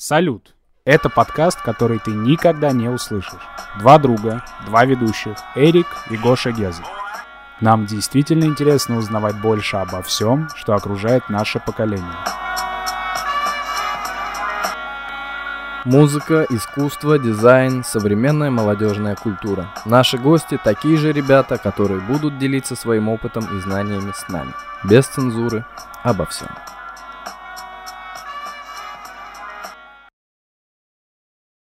Салют! Это подкаст, который ты никогда не услышишь. Два друга, два ведущих, Эрик и Гоша Геза. Нам действительно интересно узнавать больше обо всем, что окружает наше поколение. Музыка, искусство, дизайн, современная молодежная культура. Наши гости такие же ребята, которые будут делиться своим опытом и знаниями с нами. Без цензуры, обо всем.